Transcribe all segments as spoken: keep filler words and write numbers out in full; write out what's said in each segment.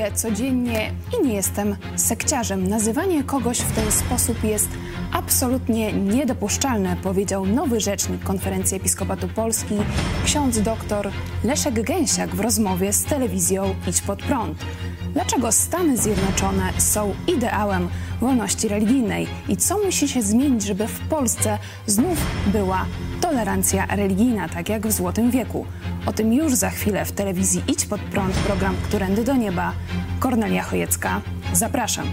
medytuję codziennie i nie jestem sekciarzem. Nazywanie kogoś w ten sposób jest absolutnie niedopuszczalne, powiedział nowy rzecznik Konferencji Episkopatu Polski, ksiądz doktor Leszek Gęsiak w rozmowie z telewizją Idź Pod Prąd. Dlaczego Stany Zjednoczone są ideałem wolności religijnej i co musi się zmienić, żeby w Polsce znów była tolerancja religijna, tak jak w Złotym Wieku? O tym już za chwilę w telewizji Idź Pod Prąd, program Którędy do Nieba. Kornelia Chojecka, zapraszam.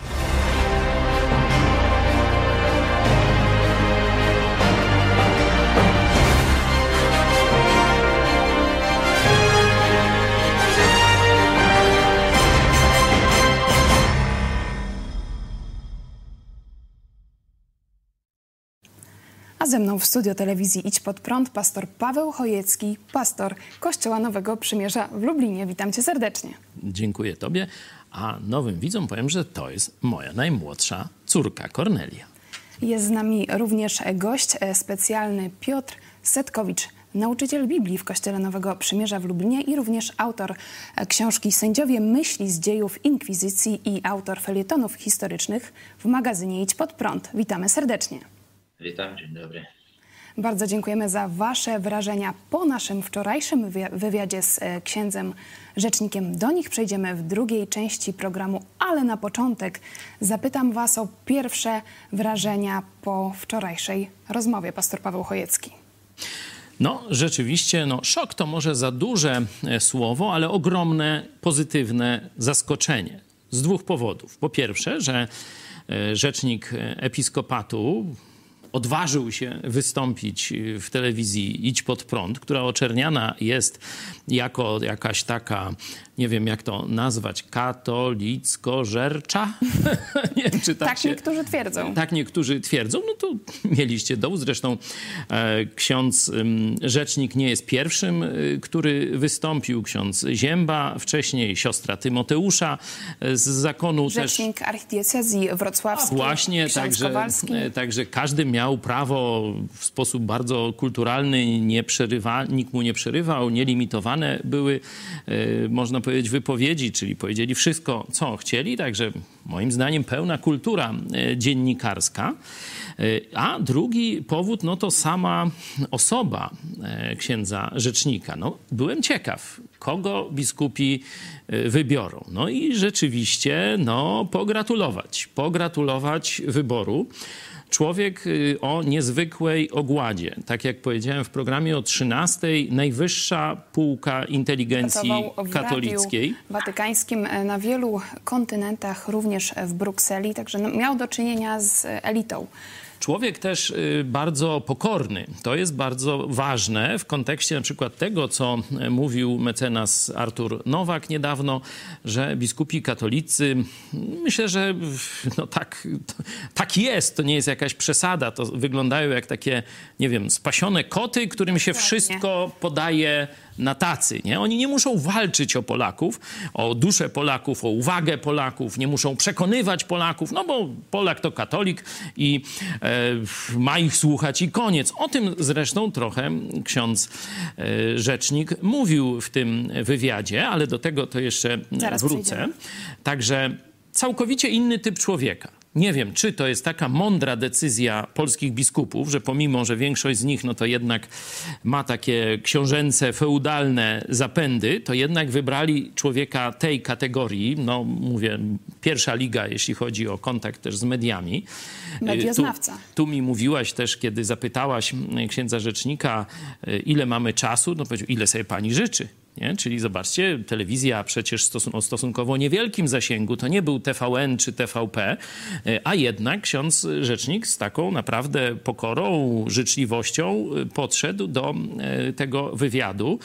A ze mną w studio telewizji Idź Pod Prąd pastor Paweł Chojecki, pastor Kościoła Nowego Przymierza w Lublinie. Witam cię serdecznie. Dziękuję tobie, a nowym widzom powiem, że to jest moja najmłodsza córka Kornelia. Jest z nami również gość specjalny Piotr Setkowicz, nauczyciel Biblii w Kościele Nowego Przymierza w Lublinie i również autor książki Sędziowie myśli z dziejów inkwizycji i autor felietonów historycznych w magazynie Idź Pod Prąd. Witamy serdecznie. Witam, dzień dobry. Bardzo dziękujemy za wasze wrażenia po naszym wczorajszym wywiadzie z księdzem rzecznikiem. Do nich przejdziemy w drugiej części programu, ale na początek zapytam was o pierwsze wrażenia po wczorajszej rozmowie. Pastor Paweł Chojecki. No rzeczywiście, no, szok to może za duże słowo, ale ogromne, pozytywne zaskoczenie. Z dwóch powodów. Po pierwsze, że rzecznik episkopatu odważył się wystąpić w telewizji Idź Pod Prąd, która oczerniana jest jako jakaś taka, nie wiem jak to nazwać, katolicko-żercza? Nie wiem, czy tak, tak się, niektórzy twierdzą. Tak niektórzy twierdzą. No to mieliście dowód. Zresztą e, ksiądz e, rzecznik nie jest pierwszym, e, który wystąpił. Ksiądz Zięba, wcześniej siostra Tymoteusza e, z zakonu. Rzecznik też archidiecezji wrocławskiej. Właśnie, także, e, także każdy miał prawo w sposób bardzo kulturalny, nie przerywa, nikt mu nie przerywał, nielimitowane były, e, można powiedzieć, wypowiedzi, czyli powiedzieli wszystko, co chcieli, także moim zdaniem pełna kultura e, dziennikarska. E, a drugi powód, no to sama osoba e, księdza rzecznika. No, byłem ciekaw, kogo biskupi e, wybiorą. No i rzeczywiście, no, pogratulować, pogratulować wyboru. Człowiek o niezwykłej ogładzie. Tak jak powiedziałem w programie o trzynastej, najwyższa półka inteligencji w katolickiej. Radiu Watykańskim na wielu kontynentach, również w Brukseli, także no, miał do czynienia z elitą. Człowiek też bardzo pokorny. To jest bardzo ważne w kontekście na przykład tego, co mówił mecenas Artur Nowak niedawno, że biskupi katolicy, myślę, że no tak, tak jest, to nie jest jakaś przesada, to wyglądają jak takie, nie wiem, spasione koty, którym się wszystko podaje na tacy, nie? Oni nie muszą walczyć o Polaków, o duszę Polaków, o uwagę Polaków, nie muszą przekonywać Polaków, no bo Polak to katolik i e, ma ich słuchać i koniec. O tym zresztą trochę ksiądz e, rzecznik mówił w tym wywiadzie, ale do tego to jeszcze Zaraz wrócę. przyjdziemy. Także całkowicie inny typ człowieka. Nie wiem, czy to jest taka mądra decyzja polskich biskupów, że pomimo, że większość z nich no to jednak ma takie książęce, feudalne zapędy, to jednak wybrali człowieka tej kategorii, no mówię, pierwsza liga, jeśli chodzi o kontakt też z mediami. Medioznawca. Tu, tu mi mówiłaś też, kiedy zapytałaś księdza rzecznika, ile mamy czasu, no powiedział, ile sobie pani życzy. Nie? Czyli zobaczcie, telewizja przecież stosun- o stosunkowo niewielkim zasięgu, to nie był T V N czy T V P, a jednak ksiądz rzecznik z taką naprawdę pokorą, życzliwością podszedł do tego wywiadu.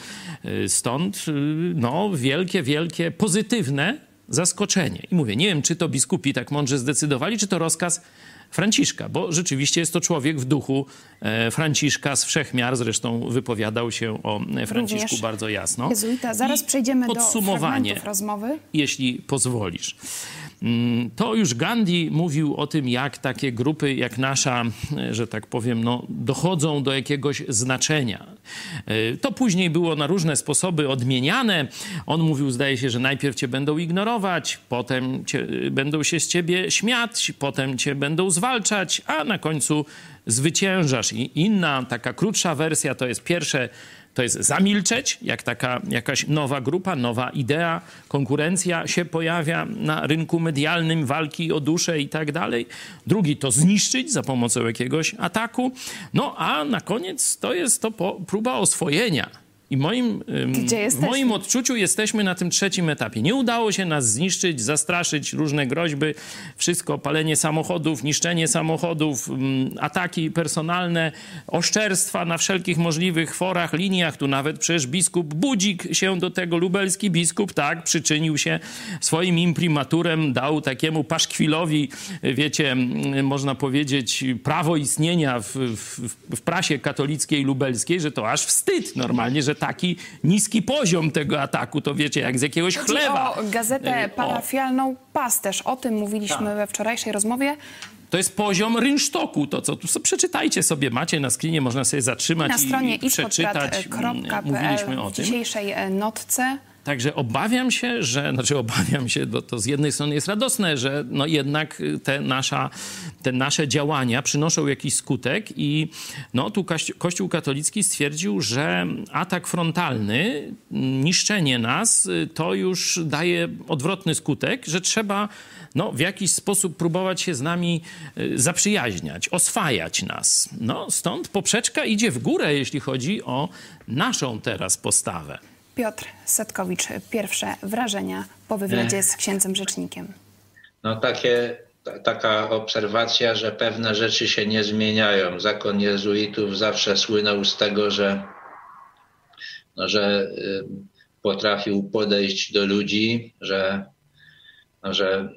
Stąd no, wielkie, wielkie pozytywne zaskoczenie. I mówię, nie wiem, czy to biskupi tak mądrze zdecydowali, czy to rozkaz Franciszka, bo rzeczywiście jest to człowiek w duchu e, Franciszka z wszechmiar, zresztą wypowiadał się o Franciszku również bardzo jasno. Jezuita. Zaraz I przejdziemy do fragmentów rozmowy. Jeśli pozwolisz. To już Gandhi mówił o tym, jak takie grupy jak nasza, że tak powiem, no, dochodzą do jakiegoś znaczenia. To później było na różne sposoby odmieniane. On mówił, zdaje się, że najpierw cię będą ignorować, potem cię, będą się z ciebie śmiać, potem cię będą zwalczać, a na końcu zwyciężasz. I inna, taka krótsza wersja to jest pierwsze, to jest zamilczeć, jak taka jakaś nowa grupa, nowa idea, konkurencja się pojawia na rynku medialnym, walki o duszę i tak dalej. Drugi to zniszczyć za pomocą jakiegoś ataku. No a na koniec to jest to po, próba oswojenia. I moim, w moim odczuciu jesteśmy na tym trzecim etapie. Nie udało się nas zniszczyć, zastraszyć, różne groźby, wszystko, palenie samochodów, niszczenie samochodów, ataki personalne, oszczerstwa na wszelkich możliwych forach, liniach. Tu nawet przecież biskup Budzik się do tego, lubelski biskup, tak, przyczynił się swoim imprimaturem, dał takiemu paszkwilowi, wiecie, można powiedzieć, prawo istnienia w, w, w prasie katolickiej lubelskiej, że to aż wstyd normalnie, że taki niski poziom tego ataku, to wiecie, jak z jakiegoś Chodzi chleba. o gazetę parafialną Pasterz. O tym mówiliśmy tak. we wczorajszej rozmowie. To jest poziom rynsztoku, to co tu przeczytajcie sobie, macie na screenie, można sobie zatrzymać na stronie i, i przeczytać. Mówiliśmy o w tym. dzisiejszej notce. Także obawiam się, że, znaczy obawiam się, bo to z jednej strony jest radosne, że no jednak te, nasza, te nasze działania przynoszą jakiś skutek i no tu Kościół katolicki stwierdził, że atak frontalny, niszczenie nas, to już daje odwrotny skutek, że trzeba no, w jakiś sposób próbować się z nami zaprzyjaźniać, oswajać nas. No stąd poprzeczka idzie w górę, jeśli chodzi o naszą teraz postawę. Piotr Setkowicz, pierwsze wrażenia po wywiadzie z księdzem rzecznikiem. No takie, ta, taka obserwacja, że pewne rzeczy się nie zmieniają. Zakon jezuitów zawsze słynął z tego, że, no, że y, potrafił podejść do ludzi, że, no, że y,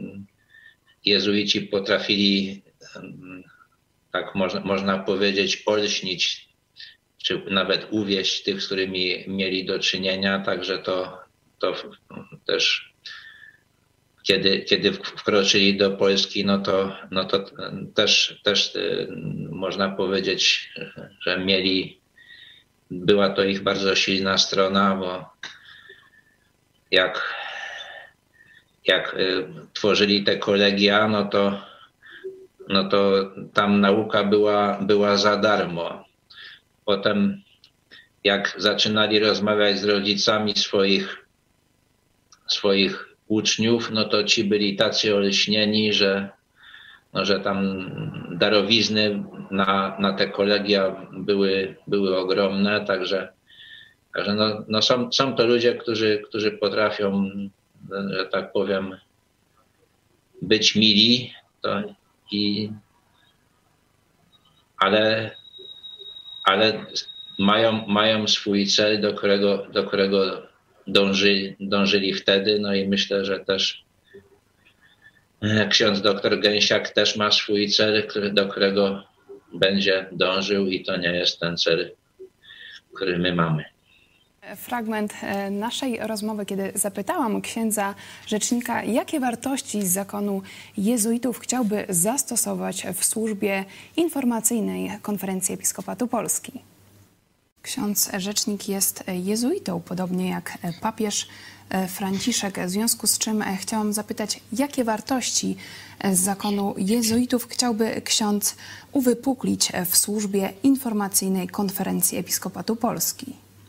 jezuici potrafili, y, tak można, można powiedzieć, olśnić czy nawet uwieść tych, z którymi mieli do czynienia, także to, to też kiedy, kiedy wkroczyli do Polski, no to, no to też, też można powiedzieć, że mieli, była to ich bardzo silna strona, bo jak, jak tworzyli te kolegia, no to, no to tam nauka była, była za darmo. Potem jak zaczynali rozmawiać z rodzicami swoich, swoich uczniów, no to ci byli tacy olśnieni, że, no, że tam darowizny na, na te kolegia były, były ogromne. Także, także no, no są, są to ludzie, którzy, którzy potrafią, że tak powiem, być mili, to i, ale ale mają, mają swój cel, do którego, do którego dąży, dążyli wtedy. No i myślę, że też ksiądz doktor Gęsiak też ma swój cel, do którego będzie dążył i to nie jest ten cel, który my mamy. Fragment naszej rozmowy, kiedy zapytałam księdza rzecznika, jakie wartości z zakonu jezuitów chciałby zastosować w służbie informacyjnej Konferencji Episkopatu Polski. Ksiądz rzecznik jest jezuitą, podobnie jak papież Franciszek, w związku z czym chciałam zapytać, jakie wartości z zakonu jezuitów chciałby ksiądz uwypuklić w służbie informacyjnej Konferencji Episkopatu Polski.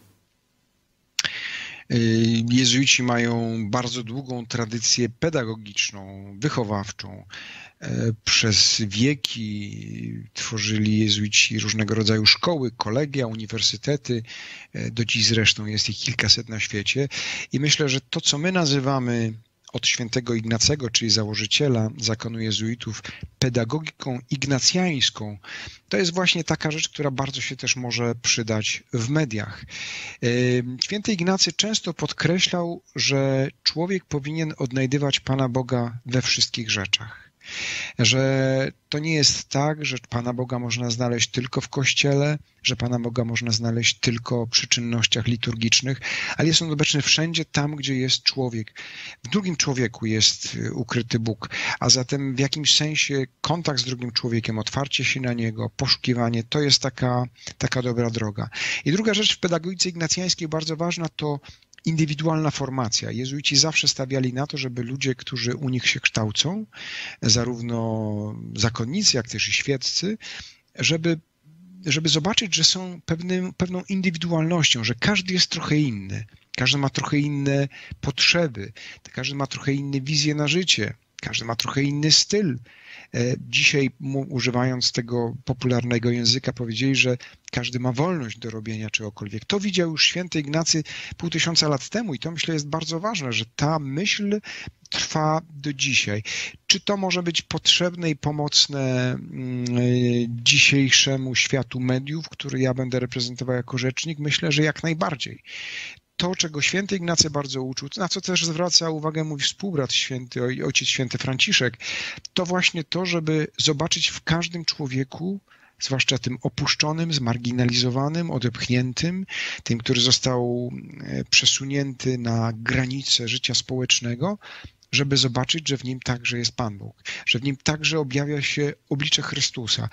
Jezuici mają bardzo długą tradycję pedagogiczną, wychowawczą. Przez wieki tworzyli jezuici różnego rodzaju szkoły, kolegia, uniwersytety. Do dziś zresztą jest ich kilkaset na świecie. I myślę, że to, co my nazywamy od świętego Ignacego, czyli założyciela zakonu jezuitów, pedagogiką ignacjańską, to jest właśnie taka rzecz, która bardzo się też może przydać w mediach. Święty Ignacy często podkreślał, że człowiek powinien odnajdywać Pana Boga we wszystkich rzeczach. Że to nie jest tak, że Pana Boga można znaleźć tylko w Kościele, że Pana Boga można znaleźć tylko przy czynnościach liturgicznych, ale jest on obecny wszędzie tam, gdzie jest człowiek. W drugim człowieku jest ukryty Bóg, a zatem w jakimś sensie kontakt z drugim człowiekiem, otwarcie się na niego, poszukiwanie, to jest taka, taka dobra droga. I druga rzecz w pedagogice ignacjańskiej bardzo ważna to indywidualna formacja. Jezuici zawsze stawiali na to, żeby ludzie, którzy u nich się kształcą, zarówno zakonnicy, jak też i świeccy, żeby, żeby zobaczyć, że są pewnym, pewną indywidualnością, że każdy jest trochę inny, każdy ma trochę inne potrzeby, każdy ma trochę inne wizje na życie, każdy ma trochę inny styl. Dzisiaj, używając tego popularnego języka, powiedzieli, że każdy ma wolność do robienia czegokolwiek. To widział już święty Ignacy pół tysiąca lat temu i to, myślę, jest bardzo ważne, że ta myśl trwa do dzisiaj. Czy to może być potrzebne i pomocne dzisiejszemu światu mediów, który ja będę reprezentował jako rzecznik? Myślę, że jak najbardziej. To, czego święty Ignacy bardzo uczył, na co też zwraca uwagę mój współbrat święty, ojciec święty Franciszek, to właśnie to, żeby zobaczyć w każdym człowieku, zwłaszcza tym opuszczonym, zmarginalizowanym, odepchniętym, tym, który został przesunięty na granicę życia społecznego, żeby zobaczyć, że w nim także jest Pan Bóg, że w nim także objawia się oblicze Chrystusa.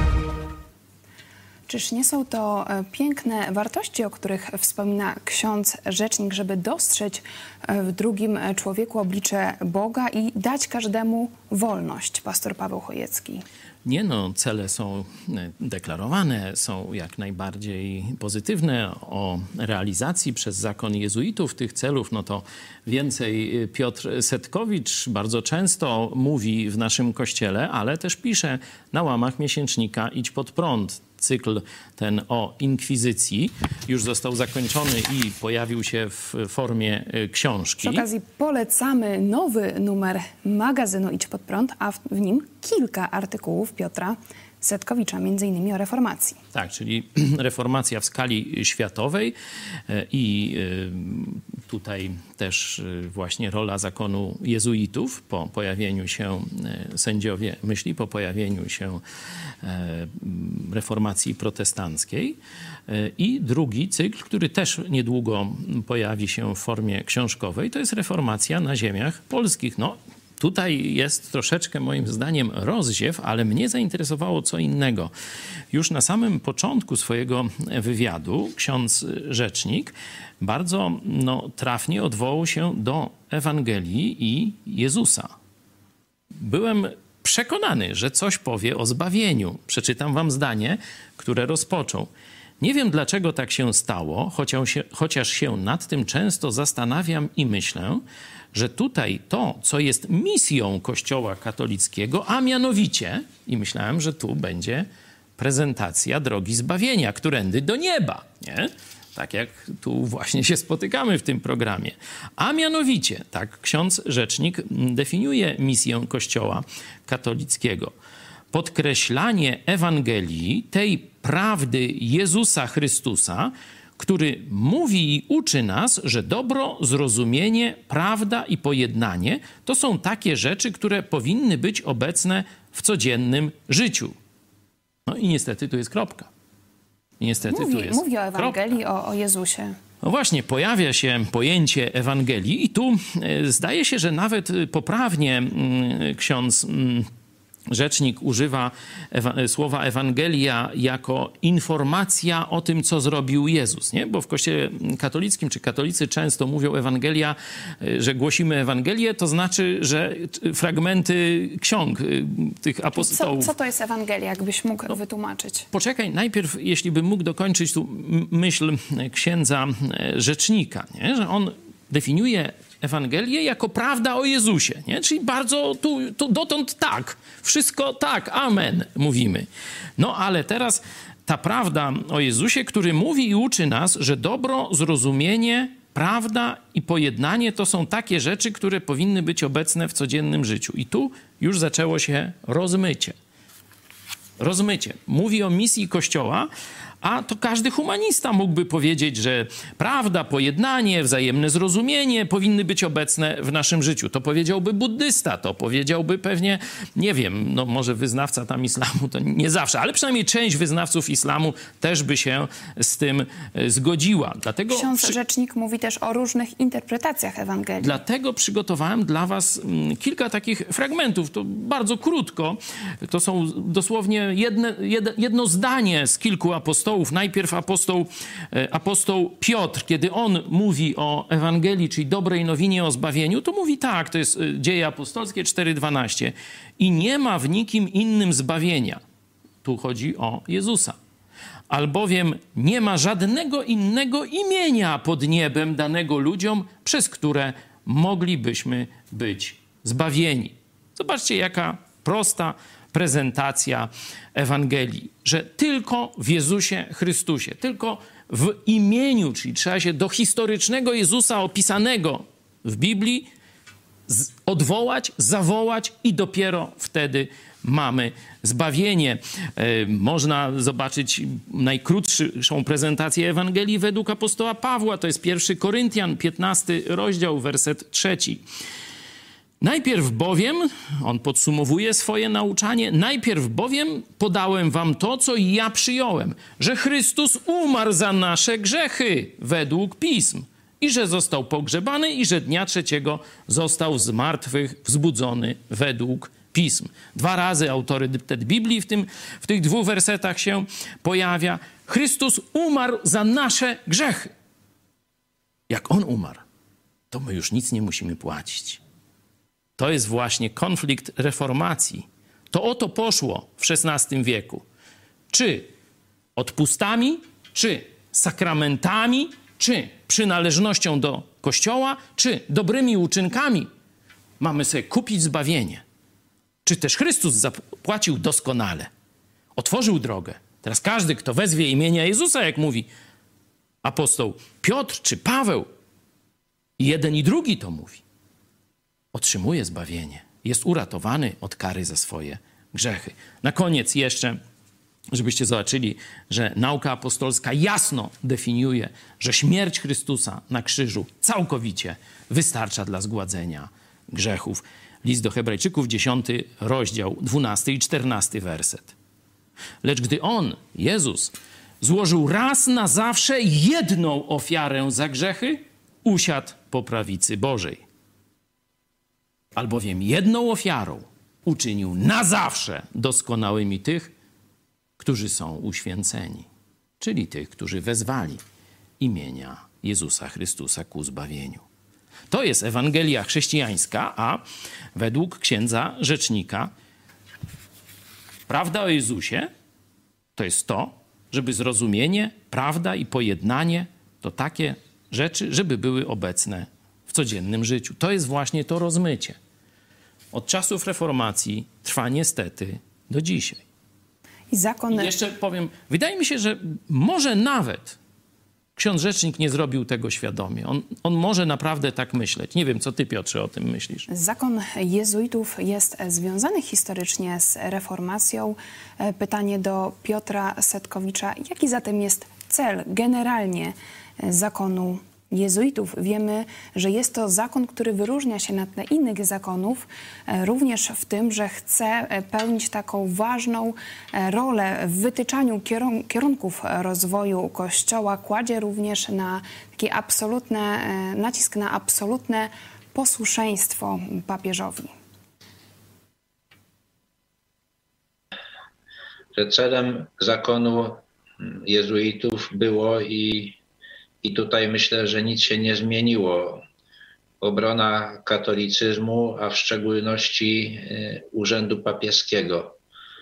Czyż nie są to piękne wartości, o których wspomina ksiądz rzecznik, żeby dostrzec w drugim człowieku oblicze Boga i dać każdemu wolność, pastor Paweł Chojecki? Nie no, cele są deklarowane, są jak najbardziej pozytywne. O realizacji przez zakon jezuitów tych celów, no to więcej Piotr Setkowicz bardzo często mówi w naszym kościele, ale też pisze na łamach miesięcznika Idź pod prąd. Cykl ten o inkwizycji już został zakończony i pojawił się w formie książki. Przy okazji polecamy nowy numer magazynu Idź pod prąd, a w nim kilka artykułów Piotra Setkowicza, między innymi o reformacji. Tak, czyli reformacja w skali światowej i tutaj też właśnie rola zakonu jezuitów po pojawieniu się sędziowie myśli, po pojawieniu się reformacji protestanckiej. I drugi cykl, który też niedługo pojawi się w formie książkowej, to jest reformacja na ziemiach polskich. No, tutaj jest troszeczkę moim zdaniem rozziew, ale mnie zainteresowało co innego. Już na samym początku swojego wywiadu ksiądz rzecznik bardzo no, trafnie odwołał się do Ewangelii i Jezusa. Byłem przekonany, że coś powie o zbawieniu. Przeczytam wam zdanie, które rozpoczął. Nie wiem, dlaczego tak się stało, chociaż się, chociaż się nad tym często zastanawiam i myślę, że tutaj to, co jest misją Kościoła katolickiego, a mianowicie, i myślałem, że tu będzie prezentacja drogi zbawienia, którędy do nieba, nie? Tak jak tu właśnie się spotykamy w tym programie. A mianowicie, tak ksiądz rzecznik definiuje misję Kościoła katolickiego. Podkreślanie Ewangelii, tej prawdy Jezusa Chrystusa, który mówi i uczy nas, że dobro, zrozumienie, prawda i pojednanie to są takie rzeczy, które powinny być obecne w codziennym życiu. No i niestety tu jest kropka. I niestety mówi, tu jest mówi o Ewangelii, o, o Jezusie. No właśnie, pojawia się pojęcie Ewangelii i tu e, zdaje się, że nawet poprawnie m, ksiądz m, rzecznik używa ewa- słowa Ewangelia jako informacja o tym, co zrobił Jezus, nie? Bo w Kościele katolickim, czy katolicy często mówią Ewangelia, że głosimy Ewangelię, to znaczy, że fragmenty ksiąg tych apostołów... Co, co to jest Ewangelia, jakbyś mógł no, wytłumaczyć? Poczekaj, najpierw, jeśli bym mógł dokończyć tu myśl księdza rzecznika, nie? Że on definiuje Ewangelię jako prawda o Jezusie, nie? Czyli bardzo tu, tu dotąd tak, wszystko tak, amen, mówimy. No ale teraz ta prawda o Jezusie, który mówi i uczy nas, że dobro, zrozumienie, prawda i pojednanie to są takie rzeczy, które powinny być obecne w codziennym życiu. I tu już zaczęło się rozmycie. Rozmycie. Mówi o misji Kościoła, A to każdy humanista mógłby powiedzieć, że prawda, pojednanie, wzajemne zrozumienie powinny być obecne w naszym życiu. To powiedziałby buddysta, to powiedziałby pewnie, nie wiem, no może wyznawca tam islamu, to nie zawsze, ale przynajmniej część wyznawców islamu też by się z tym zgodziła. Dlatego Ksiądz przy... rzecznik mówi też o różnych interpretacjach Ewangelii. Dlatego przygotowałem dla was kilka takich fragmentów. To bardzo krótko. To są dosłownie jedne, jedno zdanie z kilku apostołów. Najpierw apostoł, apostoł Piotr, kiedy on mówi o Ewangelii, czyli dobrej nowinie o zbawieniu, to mówi tak, to jest Dzieje Apostolskie cztery dwanaście. I nie ma w nikim innym zbawienia. Tu chodzi o Jezusa. Albowiem nie ma żadnego innego imienia pod niebem danego ludziom, przez które moglibyśmy być zbawieni. Zobaczcie, jaka prosta prezentacja Ewangelii, że tylko w Jezusie Chrystusie, tylko w imieniu, czyli trzeba się do historycznego Jezusa opisanego w Biblii odwołać, zawołać i dopiero wtedy mamy zbawienie. Można zobaczyć najkrótszą prezentację Ewangelii według apostoła Pawła. To jest pierwszy Koryntian, piętnasty rozdział, werset trzeci. Najpierw bowiem, on podsumowuje swoje nauczanie, najpierw bowiem podałem wam to, co i ja przyjąłem, że Chrystus umarł za nasze grzechy według Pism i że został pogrzebany i że dnia trzeciego został z martwych wzbudzony według Pism. Dwa razy autorytet Biblii w, tym, w tych dwóch wersetach się pojawia. Chrystus umarł za nasze grzechy. Jak On umarł, to my już nic nie musimy płacić. To jest właśnie konflikt reformacji. To o to poszło w szesnastym wieku. Czy odpustami, czy sakramentami, czy przynależnością do Kościoła, czy dobrymi uczynkami mamy sobie kupić zbawienie. Czy też Chrystus zapłacił doskonale. Otworzył drogę. Teraz każdy, kto wezwie imienia Jezusa, jak mówi apostoł Piotr czy Paweł, jeden i drugi to mówi, otrzymuje zbawienie. Jest uratowany od kary za swoje grzechy. Na koniec jeszcze, żebyście zobaczyli, że nauka apostolska jasno definiuje, że śmierć Chrystusa na krzyżu całkowicie wystarcza dla zgładzenia grzechów. List do Hebrajczyków, dziesiąty rozdział, dwunasty i czternasty werset. Lecz gdy On, Jezus, złożył raz na zawsze jedną ofiarę za grzechy, usiadł po prawicy Bożej. Albowiem jedną ofiarą uczynił na zawsze doskonałymi tych, którzy są uświęceni, czyli tych, którzy wezwali imienia Jezusa Chrystusa ku zbawieniu. To jest Ewangelia chrześcijańska, a według księdza rzecznika prawda o Jezusie to jest to, żeby zrozumienie, prawda i pojednanie to takie rzeczy, żeby były obecne w codziennym życiu. To jest właśnie to rozmycie. Od czasów reformacji trwa niestety do dzisiaj. I zakon... I jeszcze powiem, wydaje mi się, że może nawet ksiądz rzecznik nie zrobił tego świadomie. On, on może naprawdę tak myśleć. Nie wiem, co ty, Piotrze, o tym myślisz. Zakon jezuitów jest związany historycznie z reformacją. Pytanie do Piotra Setkowicza. Jaki zatem jest cel generalnie zakonu jezuitów? Wiemy, że jest to zakon, który wyróżnia się na tle innych zakonów, również w tym, że chce pełnić taką ważną rolę w wytyczaniu kierunków rozwoju Kościoła. Kładzie również na taki absolutne, nacisk na absolutne posłuszeństwo papieżowi. Że celem zakonu jezuitów było i I tutaj myślę, że nic się nie zmieniło. Obrona katolicyzmu, a w szczególności urzędu papieskiego.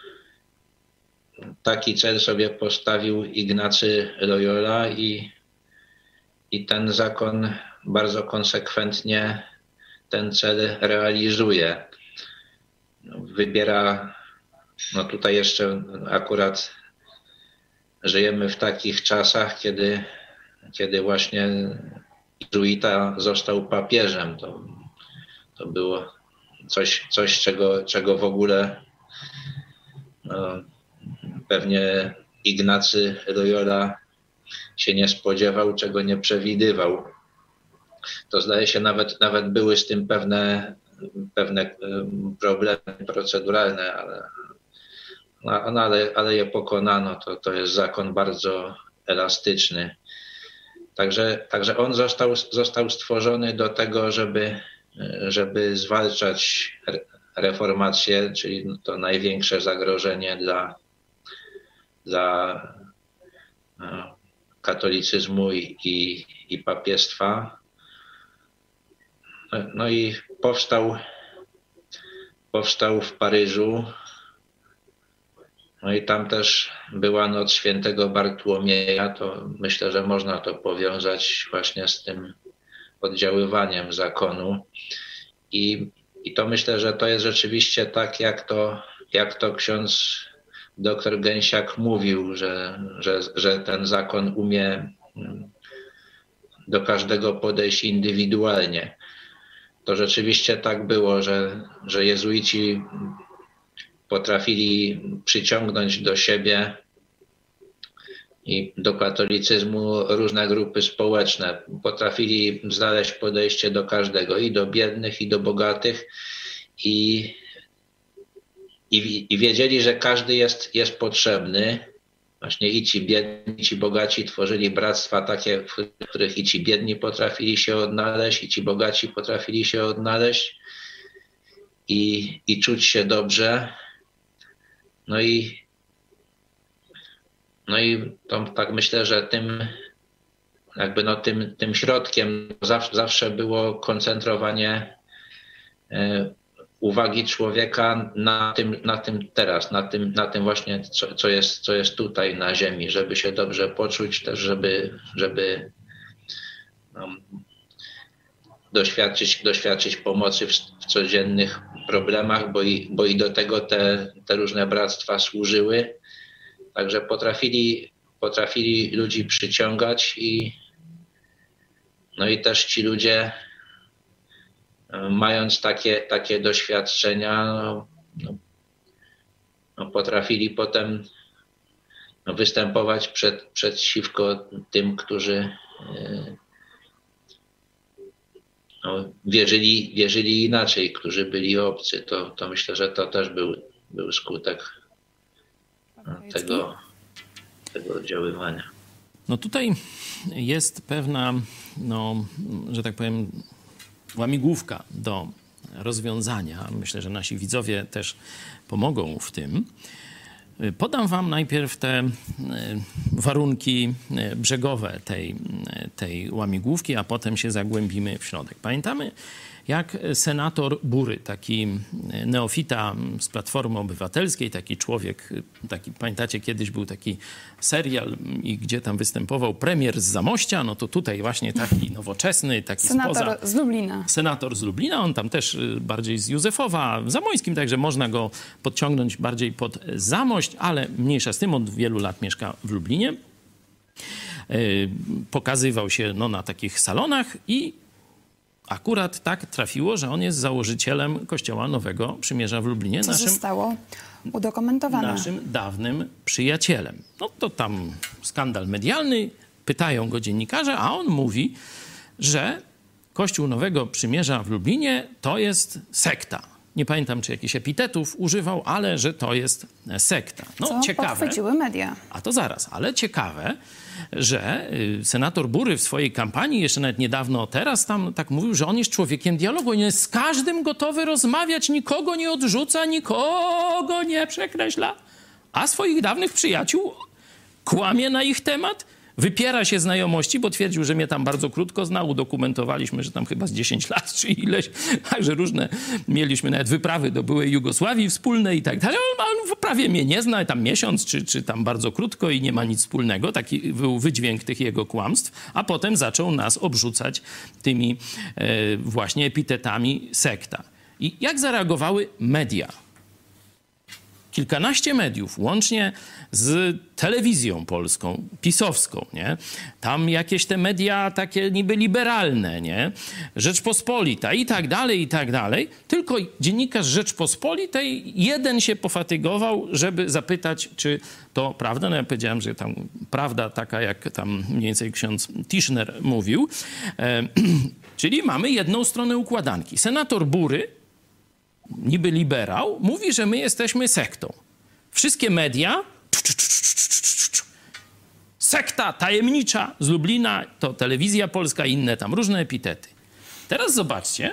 Taki cel sobie postawił Ignacy Loyola i, i ten zakon bardzo konsekwentnie ten cel realizuje. Wybiera, no tutaj jeszcze akurat żyjemy w takich czasach, kiedy kiedy właśnie jezuita został papieżem. To, to było coś, coś czego, czego w ogóle no, pewnie Ignacy Loyola się nie spodziewał, czego nie przewidywał. To zdaje się nawet, nawet były z tym pewne, pewne problemy proceduralne, ale, no, ale, ale je pokonano. To, to jest zakon bardzo elastyczny. Także, także on został, został stworzony do tego, żeby, żeby zwalczać reformację, czyli to największe zagrożenie dla, dla katolicyzmu i, i, i papiestwa. No i powstał, powstał w Paryżu. No i tam też była noc świętego Bartłomieja. To myślę, że można to powiązać właśnie z tym oddziaływaniem zakonu. I, i to myślę, że to jest rzeczywiście tak, jak to, jak to ksiądz doktor Gęsiak mówił, że, że, że ten zakon umie do każdego podejść indywidualnie. To rzeczywiście tak było, że, że jezuici potrafili przyciągnąć do siebie i do katolicyzmu różne grupy społeczne. Potrafili znaleźć podejście do każdego, i do biednych, i do bogatych. I, i, i wiedzieli, że każdy jest, jest potrzebny. Właśnie i ci biedni, i ci bogaci tworzyli bractwa takie, w których i ci biedni potrafili się odnaleźć, i ci bogaci potrafili się odnaleźć i, i czuć się dobrze. No i, no i to, tak myślę, że tym, jakby no tym, tym środkiem zawsze, zawsze było koncentrowanie e, uwagi człowieka na tym, na tym teraz, na tym, na tym właśnie, co, co, jest, co jest tutaj na ziemi, żeby się dobrze poczuć, też żeby, żeby no, doświadczyć, doświadczyć pomocy w, w codziennych problemach, bo i, bo i do tego te, te różne bractwa służyły. Także potrafili, potrafili ludzi przyciągać i no i też ci ludzie, mając takie, takie doświadczenia, no, no, no potrafili potem no, występować przed, przeciwko tym, którzy no, wierzyli, wierzyli inaczej, którzy byli obcy. To, to myślę, że to też był, był skutek tego, tego oddziaływania. No tutaj jest pewna, no, że tak powiem, łamigłówka do rozwiązania. Myślę, że nasi widzowie też pomogą w tym. Podam wam najpierw te warunki brzegowe tej, tej łamigłówki, a potem się zagłębimy w środek. Pamiętamy, jak senator Bury, taki neofita z Platformy Obywatelskiej, taki człowiek, taki, pamiętacie, kiedyś był taki serial, i gdzie tam występował premier z Zamościa, no to tutaj właśnie taki nowoczesny, taki senator spoza... z Lublina. Senator z Lublina, on tam też bardziej z Józefowa Zamośskim, także można go podciągnąć bardziej pod Zamość, ale mniejsza z tym, od wielu lat mieszka w Lublinie. Pokazywał się no, na takich salonach i akurat tak trafiło, że on jest założycielem Kościoła Nowego Przymierza w Lublinie. Co naszym, zostało udokumentowane. Naszym dawnym przyjacielem. No to tam skandal medialny, pytają go dziennikarze, a on mówi, że Kościół Nowego Przymierza w Lublinie to jest sekta. Nie pamiętam, czy jakichś epitetów używał, ale że to jest sekta. No Co ciekawe. podchwyciły media. A to zaraz, ale ciekawe, że senator Bury w swojej kampanii, jeszcze nawet niedawno teraz tam tak mówił, że on jest człowiekiem dialogu. On jest z każdym gotowy rozmawiać, nikogo nie odrzuca, nikogo nie przekreśla. A swoich dawnych przyjaciół kłamie na ich temat, wypiera się znajomości, bo twierdził, że mnie tam bardzo krótko znał. Udokumentowaliśmy, że tam chyba z dziesięć lat czy ileś. Także różne mieliśmy nawet wyprawy do byłej Jugosławii wspólnej i tak dalej. On, on prawie mnie nie zna, tam miesiąc czy, czy tam bardzo krótko i nie ma nic wspólnego. Taki był wydźwięk tych jego kłamstw. A potem zaczął nas obrzucać tymi e, właśnie epitetami sekta. I jak zareagowały media? kilkanaście mediów, łącznie z telewizją polską, pisowską, nie? Tam jakieś te media takie niby liberalne, nie? Rzeczpospolita i tak dalej, i tak dalej. Tylko dziennikarz Rzeczpospolitej jeden się pofatygował, żeby zapytać, czy to prawda. No ja powiedziałem, że tam prawda taka, jak tam mniej więcej ksiądz Tischner mówił. E, czyli mamy jedną stronę układanki. Senator Bury, niby liberał, mówi, że my jesteśmy sektą. Wszystkie media, sekta tajemnicza z Lublina, to Telewizja Polska i inne tam różne epitety. Teraz zobaczcie,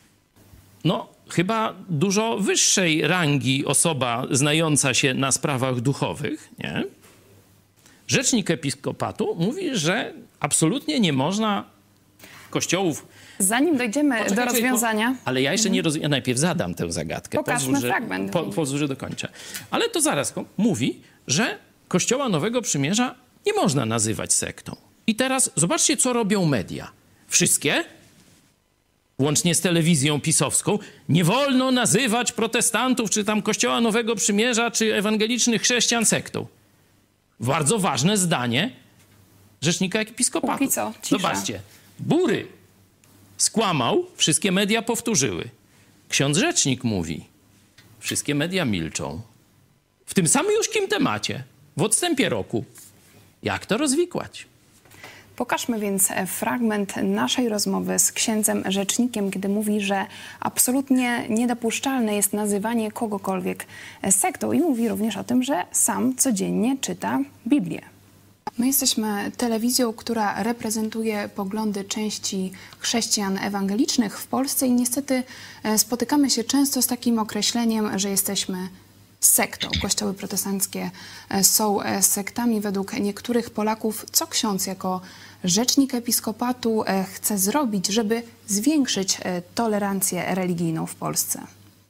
no chyba dużo wyższej rangi osoba znająca się na sprawach duchowych, nie? Rzecznik Episkopatu mówi, że absolutnie nie można kościołów... Zanim dojdziemy Poczekajcie, do rozwiązania... Po, ale ja jeszcze nie rozumiem. Ja najpierw zadam tę zagadkę. Pokażmy pozwól, że, fragment. Po, pozwól, że dokończę. Ale to zaraz mówi, że Kościoła Nowego Przymierza nie można nazywać sektą. I teraz zobaczcie, co robią media. Wszystkie, łącznie z telewizją pisowską, nie wolno nazywać protestantów, czy tam Kościoła Nowego Przymierza, czy ewangelicznych chrześcijan sektą. Bardzo ważne zdanie Rzecznika Episkopatu. Póki co, cisza. Zobaczcie. Bury skłamał, wszystkie media powtórzyły. Ksiądz rzecznik mówi, wszystkie media milczą. W tym samym już kim temacie, w odstępie roku. Jak to rozwikłać? Pokażmy więc fragment naszej rozmowy z księdzem rzecznikiem, kiedy mówi, że absolutnie niedopuszczalne jest nazywanie kogokolwiek sektą i mówi również o tym, że sam codziennie czyta Biblię. My jesteśmy telewizją, która reprezentuje poglądy części chrześcijan ewangelicznych w Polsce i niestety spotykamy się często z takim określeniem, że jesteśmy sektą. Kościoły protestanckie są sektami według niektórych Polaków. Co ksiądz jako rzecznik episkopatu chce zrobić, żeby zwiększyć tolerancję religijną w Polsce?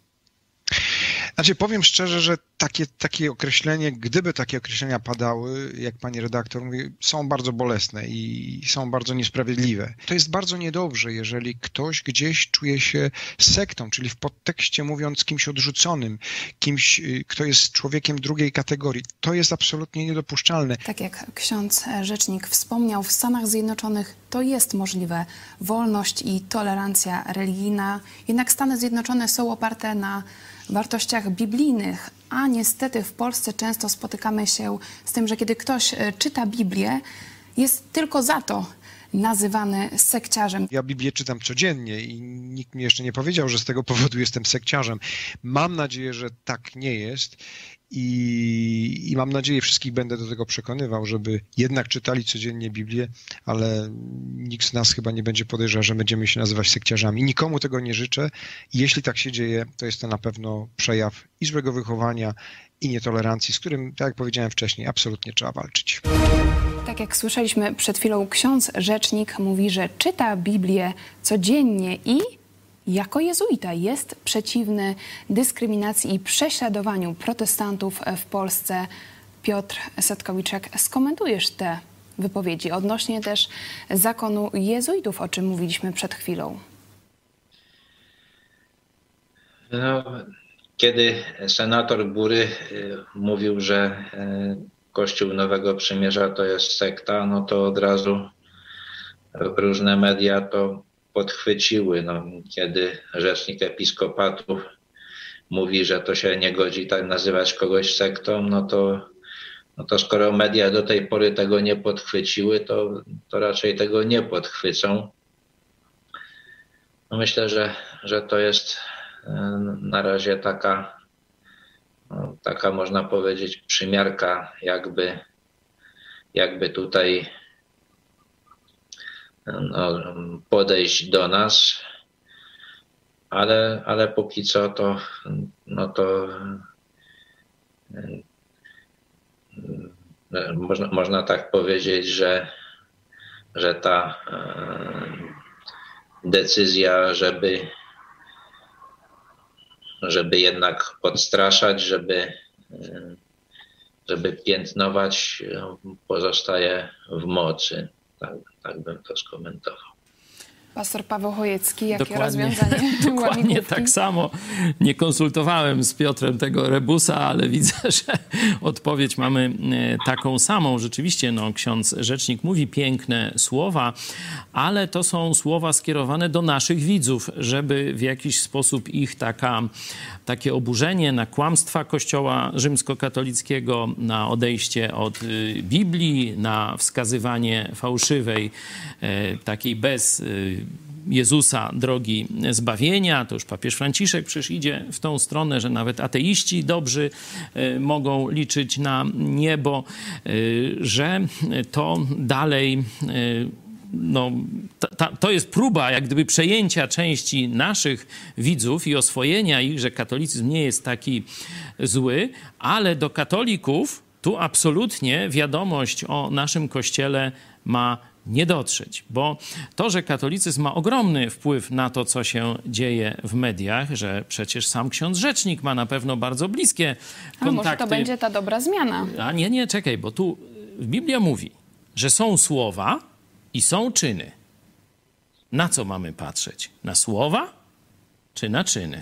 Znaczy, powiem szczerze, że takie, takie określenie, gdyby takie określenia padały, jak pani redaktor mówi, są bardzo bolesne i są bardzo niesprawiedliwe. To jest bardzo niedobrze, jeżeli ktoś gdzieś czuje się sektą, czyli w podtekście mówiąc kimś odrzuconym, kimś, kto jest człowiekiem drugiej kategorii. To jest absolutnie niedopuszczalne. Tak jak ksiądz rzecznik wspomniał, w Stanach Zjednoczonych to jest możliwe. Wolność i tolerancja religijna. Jednak Stany Zjednoczone są oparte na wartościach biblijnych, a niestety w Polsce często spotykamy się z tym, że kiedy ktoś czyta Biblię, jest tylko za to nazywany sekciarzem. Ja Biblię czytam codziennie i nikt mi jeszcze nie powiedział, że z tego powodu jestem sekciarzem. Mam nadzieję, że tak nie jest i, i mam nadzieję, wszystkich będę do tego przekonywał, żeby jednak czytali codziennie Biblię, ale nikt z nas chyba nie będzie podejrzewał, że będziemy się nazywać sekciarzami. Nikomu tego nie życzę i jeśli tak się dzieje, to jest to na pewno przejaw i złego wychowania, i nietolerancji, z którym, tak jak powiedziałem wcześniej, absolutnie trzeba walczyć. Tak jak słyszeliśmy przed chwilą, ksiądz rzecznik mówi, że czyta Biblię codziennie i jako jezuita jest przeciwny dyskryminacji i prześladowaniu protestantów w Polsce. Piotr Setkowiczek, skomentujesz te wypowiedzi odnośnie też zakonu jezuitów, o czym mówiliśmy przed chwilą? No, kiedy senator Bury mówił, że Kościół Nowego Przymierza to jest sekta, no to od razu różne media to podchwyciły. No, kiedy rzecznik episkopatu mówi, że to się nie godzi tak nazywać kogoś sektą, no to, no to skoro media do tej pory tego nie podchwyciły, to, to raczej tego nie podchwycą. No myślę, że, że to jest na razie taka, no, taka można powiedzieć przymiarka, jakby, jakby tutaj no, podejść do nas, ale, ale póki co to, no to można, można tak powiedzieć, że, że ta decyzja, żeby żeby jednak odstraszać, żeby, żeby piętnować, pozostaje w mocy. Tak, tak bym to skomentował. Pastor Paweł Chojecki, jakie Dokładnie, rozwiązanie dokładnie łamigłówki? tak samo. Nie konsultowałem z Piotrem tego rebusa, ale widzę, że odpowiedź mamy taką samą. Rzeczywiście, no, ksiądz rzecznik mówi piękne słowa, ale to są słowa skierowane do naszych widzów, żeby w jakiś sposób ich taka, takie oburzenie na kłamstwa Kościoła rzymskokatolickiego, na odejście od Biblii, na wskazywanie fałszywej, takiej bez Jezusa drogi zbawienia. To już papież Franciszek przecież idzie w tą stronę, że nawet ateiści dobrzy mogą liczyć na niebo, że to dalej... No, ta, ta, to jest próba jak gdyby przejęcia części naszych widzów i oswojenia ich, że katolicyzm nie jest taki zły, ale do katolików tu absolutnie wiadomość o naszym Kościele ma nie dotrzeć, bo to, że katolicyzm ma ogromny wpływ na to, co się dzieje w mediach, że przecież sam ksiądz rzecznik ma na pewno bardzo bliskie kontakty. Ale może to będzie ta dobra zmiana. A nie, nie, czekaj, bo tu Biblia mówi, że są słowa i są czyny. Na co mamy patrzeć? Na słowa czy na czyny?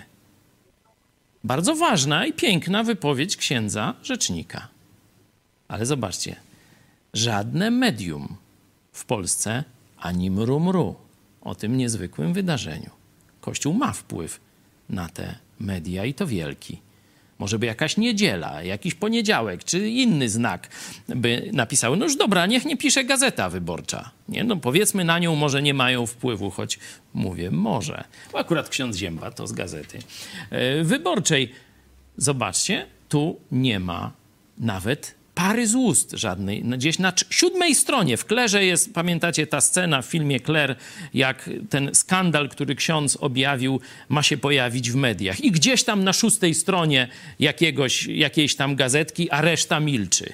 Bardzo ważna i piękna wypowiedź księdza rzecznika. Ale zobaczcie, żadne medium w Polsce ani mru mru o tym niezwykłym wydarzeniu. Kościół ma wpływ na te media i to wielki. Może by jakaś niedziela, jakiś poniedziałek, czy inny znak by napisały. No już dobra, niech nie pisze Gazeta Wyborcza. Nie? No powiedzmy, na nią może nie mają wpływu, choć mówię może. Bo akurat ksiądz Zięba to z Gazety Wyborczej. Zobaczcie, tu nie ma nawet pary z ust żadnej. Gdzieś na siódmej stronie w Klerze jest, pamiętacie ta scena w filmie Kler, jak ten skandal, który ksiądz objawił, ma się pojawić w mediach. I gdzieś tam na szóstej stronie jakiegoś, jakiejś tam gazetki, a reszta milczy.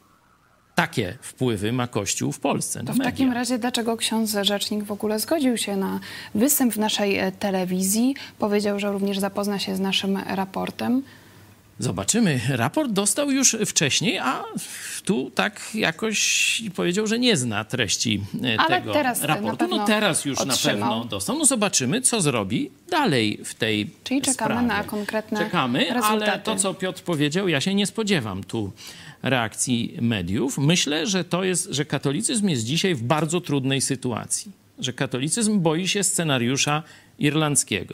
Takie wpływy ma Kościół w Polsce. To w media. Takim razie dlaczego ksiądz rzecznik w ogóle zgodził się na występ w naszej telewizji? Powiedział, że również zapozna się z naszym raportem. Zobaczymy. Raport dostał już wcześniej, a tu tak jakoś powiedział, że nie zna treści Ale tego teraz raportu. No teraz już otrzymał. Na pewno dostał. No zobaczymy, co zrobi dalej w tej Czyli czekamy sprawie. na konkretne Czekamy, rezultaty. Ale to, co Piotr powiedział, ja się nie spodziewam tu reakcji mediów. Myślę, że to jest, że katolicyzm jest dzisiaj w bardzo trudnej sytuacji. Że katolicyzm boi się scenariusza irlandzkiego.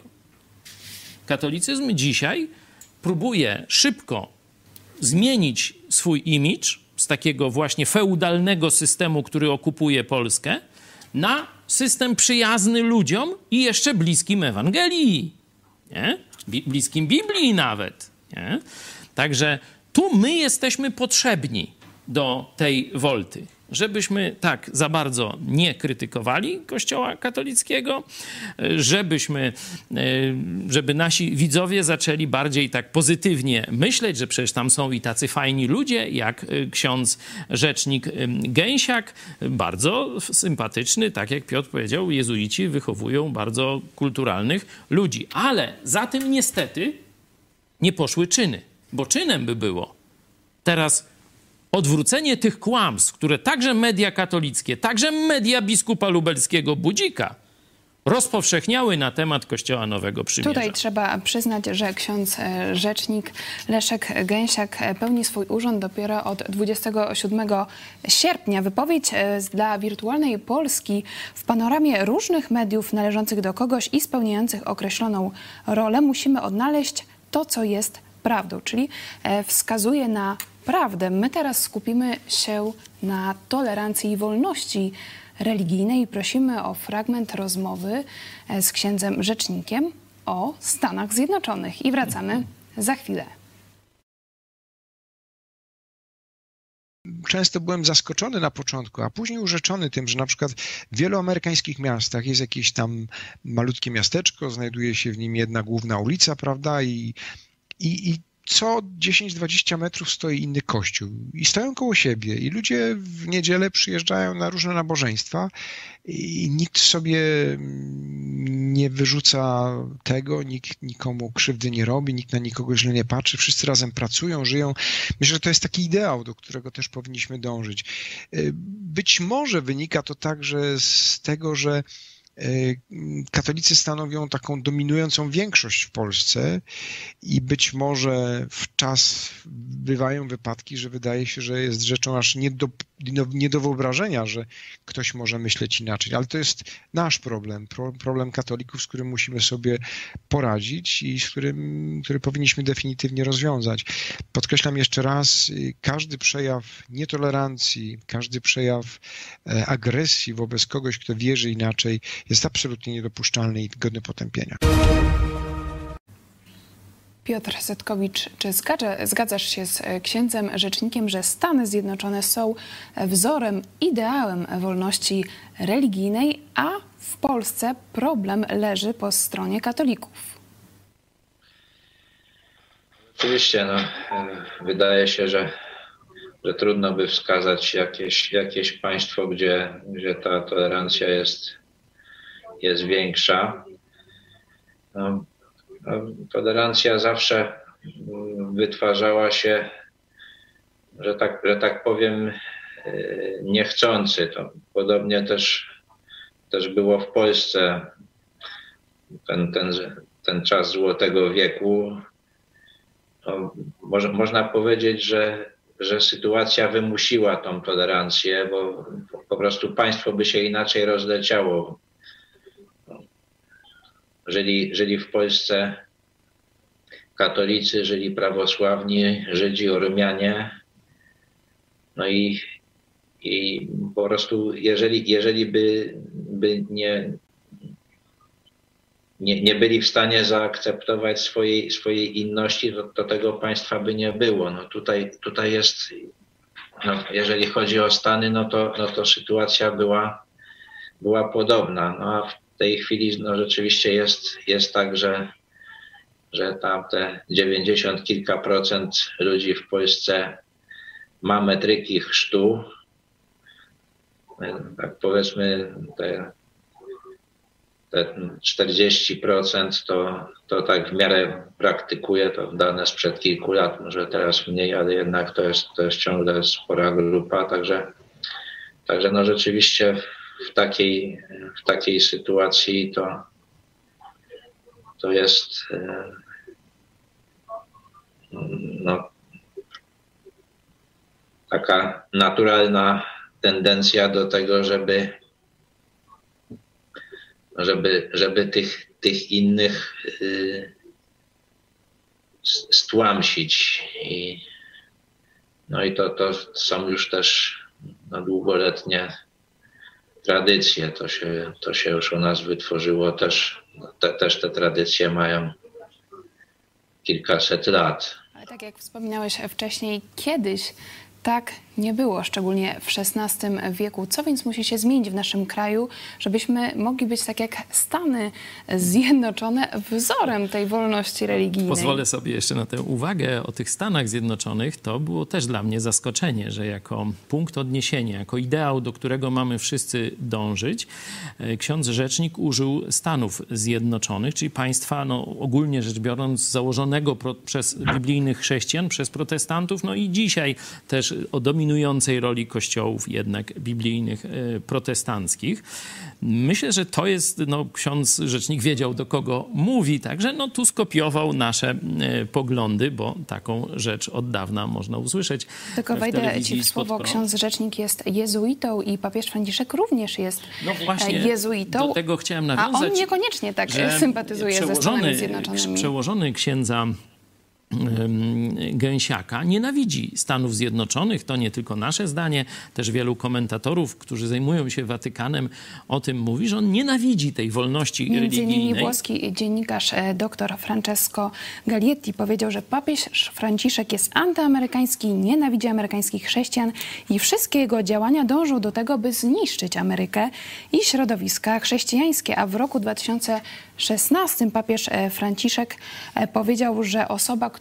Katolicyzm dzisiaj próbuje szybko zmienić swój imidż z takiego właśnie feudalnego systemu, który okupuje Polskę, na system przyjazny ludziom i jeszcze bliskim Ewangelii, nie? Bliskim Biblii nawet. Nie? Także tu my jesteśmy potrzebni do tej wolty, żebyśmy tak za bardzo nie krytykowali Kościoła katolickiego, żebyśmy, żeby nasi widzowie zaczęli bardziej tak pozytywnie myśleć, że przecież tam są i tacy fajni ludzie, jak ksiądz rzecznik Gęsiak, bardzo sympatyczny, tak jak Piotr powiedział, jezuici wychowują bardzo kulturalnych ludzi. Ale za tym niestety nie poszły czyny, bo czynem by było teraz odwrócenie tych kłamstw, które także media katolickie, także media biskupa lubelskiego Budzika rozpowszechniały na temat Kościoła Nowego Przymierza. Tutaj trzeba przyznać, że ksiądz rzecznik Leszek Gęsiak pełni swój urząd dopiero od dwudziestego siódmego sierpnia. Wypowiedź dla Wirtualnej Polski w panoramie różnych mediów należących do kogoś i spełniających określoną rolę musimy odnaleźć to, co jest prawdą, czyli wskazuje na prawdę. My teraz skupimy się na tolerancji i wolności religijnej i prosimy o fragment rozmowy z księdzem rzecznikiem o Stanach Zjednoczonych. I wracamy za chwilę. Często byłem zaskoczony na początku, a później urzeczony tym, że na przykład w wielu amerykańskich miastach jest jakieś tam malutkie miasteczko, znajduje się w nim jedna główna ulica, prawda, i, i, i co dziesięć dwadzieścia metrów stoi inny kościół i stoją koło siebie i ludzie w niedzielę przyjeżdżają na różne nabożeństwa i nikt sobie nie wyrzuca tego, nikt nikomu krzywdy nie robi, nikt na nikogo źle nie patrzy, wszyscy razem pracują, żyją. Myślę, że to jest taki ideał, do którego też powinniśmy dążyć. Być może wynika to także z tego, że katolicy stanowią taką dominującą większość w Polsce i być może w czas bywają wypadki, że wydaje się, że jest rzeczą aż nie do, nie do wyobrażenia, że ktoś może myśleć inaczej. Ale to jest nasz problem, problem katolików, z którym musimy sobie poradzić i z którym, który powinniśmy definitywnie rozwiązać. Podkreślam jeszcze raz, każdy przejaw nietolerancji, każdy przejaw agresji wobec kogoś, kto wierzy inaczej, jest absolutnie niedopuszczalny i godny potępienia. Piotr Setkowicz, czy zgadza, zgadzasz się z księdzem rzecznikiem, że Stany Zjednoczone są wzorem, ideałem wolności religijnej, a w Polsce problem leży po stronie katolików? Oczywiście, no, wydaje się, że, że trudno by wskazać jakieś, jakieś państwo, gdzie, gdzie ta tolerancja jest, jest większa. No, tolerancja zawsze wytwarzała się, że tak, że tak powiem, niechcący. To podobnie też, też było w Polsce. Ten, ten, ten czas Złotego Wieku. No, może, można powiedzieć, że, że sytuacja wymusiła tą tolerancję, bo po prostu państwo by się inaczej rozleciało. Żyli, żyli w Polsce katolicy, żyli prawosławni, Żydzi, Ormianie. No i, i po prostu jeżeli, jeżeli by, by nie, nie, nie byli w stanie zaakceptować swojej, swojej inności, to, to tego państwa by nie było. No tutaj, tutaj jest, no jeżeli chodzi o Stany, no to, no to sytuacja była, była podobna. No a w W tej chwili no, rzeczywiście jest, jest tak, że, że tam te dziewięćdziesiąt kilka procent ludzi w Polsce ma metryki chrztu. Tak powiedzmy te, te czterdzieści procent to, to tak w miarę praktykuje, to dane sprzed kilku lat, może teraz mniej, ale jednak to jest, to jest ciągle spora grupa, także, także no rzeczywiście w takiej, w takiej sytuacji to, to jest no, taka naturalna tendencja do tego, żeby, żeby, żeby tych, tych innych stłamsić. I, no i to, to są już też no, długoletnie tradycje, to się, to się już u nas wytworzyło, też te, też te tradycje mają kilkaset lat. Ale tak jak wspominałeś wcześniej, kiedyś tak nie było, szczególnie w szesnastym wieku. Co więc musi się zmienić w naszym kraju, żebyśmy mogli być tak jak Stany Zjednoczone wzorem tej wolności religijnej? Pozwolę sobie jeszcze na tę uwagę o tych Stanach Zjednoczonych. To było też dla mnie zaskoczenie, że jako punkt odniesienia, jako ideał, do którego mamy wszyscy dążyć, ksiądz rzecznik użył Stanów Zjednoczonych, czyli państwa, no, ogólnie rzecz biorąc, założonego pro, przez biblijnych chrześcijan, przez protestantów, no i dzisiaj też o dominującej roli kościołów jednak biblijnych, e, protestanckich. Myślę, że to jest, no, ksiądz rzecznik wiedział, do kogo mówi, także no, tu skopiował nasze e, poglądy, bo taką rzecz od dawna można usłyszeć. Tylko wejdę ci w słowo, ksiądz rzecznik jest jezuitą i papież Franciszek również jest no właśnie, jezuitą. Do tego chciałem nawiązać. A on niekoniecznie tak sympatyzuje ze Stanami Zjednoczonymi. Przełożony księdza Gęsiaka nienawidzi Stanów Zjednoczonych. To nie tylko nasze zdanie, też wielu komentatorów, którzy zajmują się Watykanem, o tym mówi, że on nienawidzi tej wolności Między religijnej. Między innymi włoski dziennikarz dr Francesco Galietti powiedział, że papież Franciszek jest antyamerykański, nienawidzi amerykańskich chrześcijan i wszystkie jego działania dążą do tego, by zniszczyć Amerykę i środowiska chrześcijańskie. A w roku dwa tysiące szesnastym papież Franciszek powiedział, że osoba, która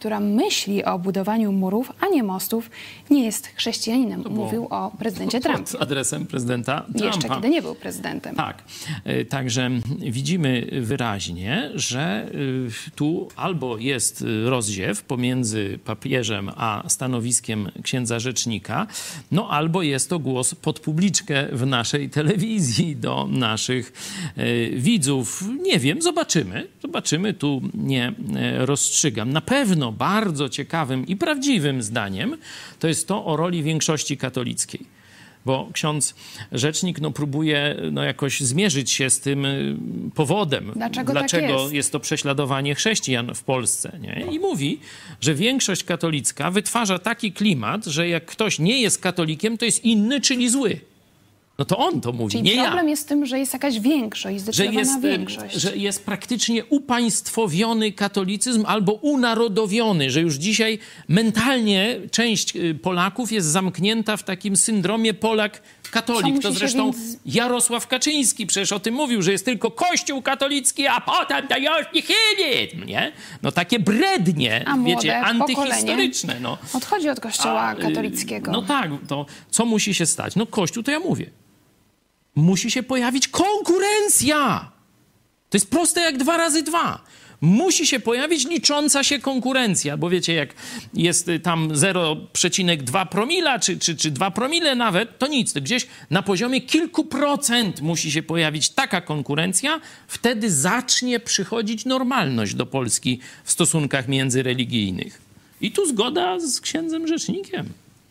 która myśli o budowaniu murów, a nie mostów, nie jest chrześcijaninem. Mówił o prezydencie Trumpie. Z adresem prezydenta Trumpa. Jeszcze kiedy nie był prezydentem. Tak. Także widzimy wyraźnie, że tu albo jest rozziew pomiędzy papieżem a stanowiskiem księdza rzecznika, no albo jest to głos pod publiczkę w naszej telewizji do naszych widzów. Nie wiem, zobaczymy. Zobaczymy, tu nie rozstrzygam. Na pewno bardzo ciekawym i prawdziwym zdaniem to jest to o roli większości katolickiej. Bo ksiądz rzecznik no, próbuje no, jakoś zmierzyć się z tym powodem. Dlaczego, Dlaczego tak jest? jest to prześladowanie chrześcijan w Polsce. Nie? I mówi, że większość katolicka wytwarza taki klimat, że jak ktoś nie jest katolikiem, to jest inny, czyli zły. No to on to mówi, Czyli nie ja. problem jest w tym, że jest jakaś większość, zdecydowana że jest, większość. że jest praktycznie upaństwowiony katolicyzm albo unarodowiony, że już dzisiaj mentalnie część Polaków jest zamknięta w takim syndromie Polak-katolik. To zresztą więc... Jarosław Kaczyński przecież o tym mówił, że jest tylko Kościół katolicki, a potem to już niechybie, nie? No takie brednie, a wiecie, antyhistoryczne. No. Odchodzi od Kościoła a, katolickiego. No tak, to co musi się stać? No Kościół, to ja mówię. Musi się pojawić konkurencja. To jest proste jak dwa razy dwa. Musi się pojawić licząca się konkurencja, bo wiecie, jak jest tam zero przecinek dwa promila, czy, czy, czy dwa promile nawet, to nic. To gdzieś na poziomie kilku procent musi się pojawić taka konkurencja, wtedy zacznie przychodzić normalność do Polski w stosunkach międzyreligijnych. I tu zgoda z księdzem rzecznikiem.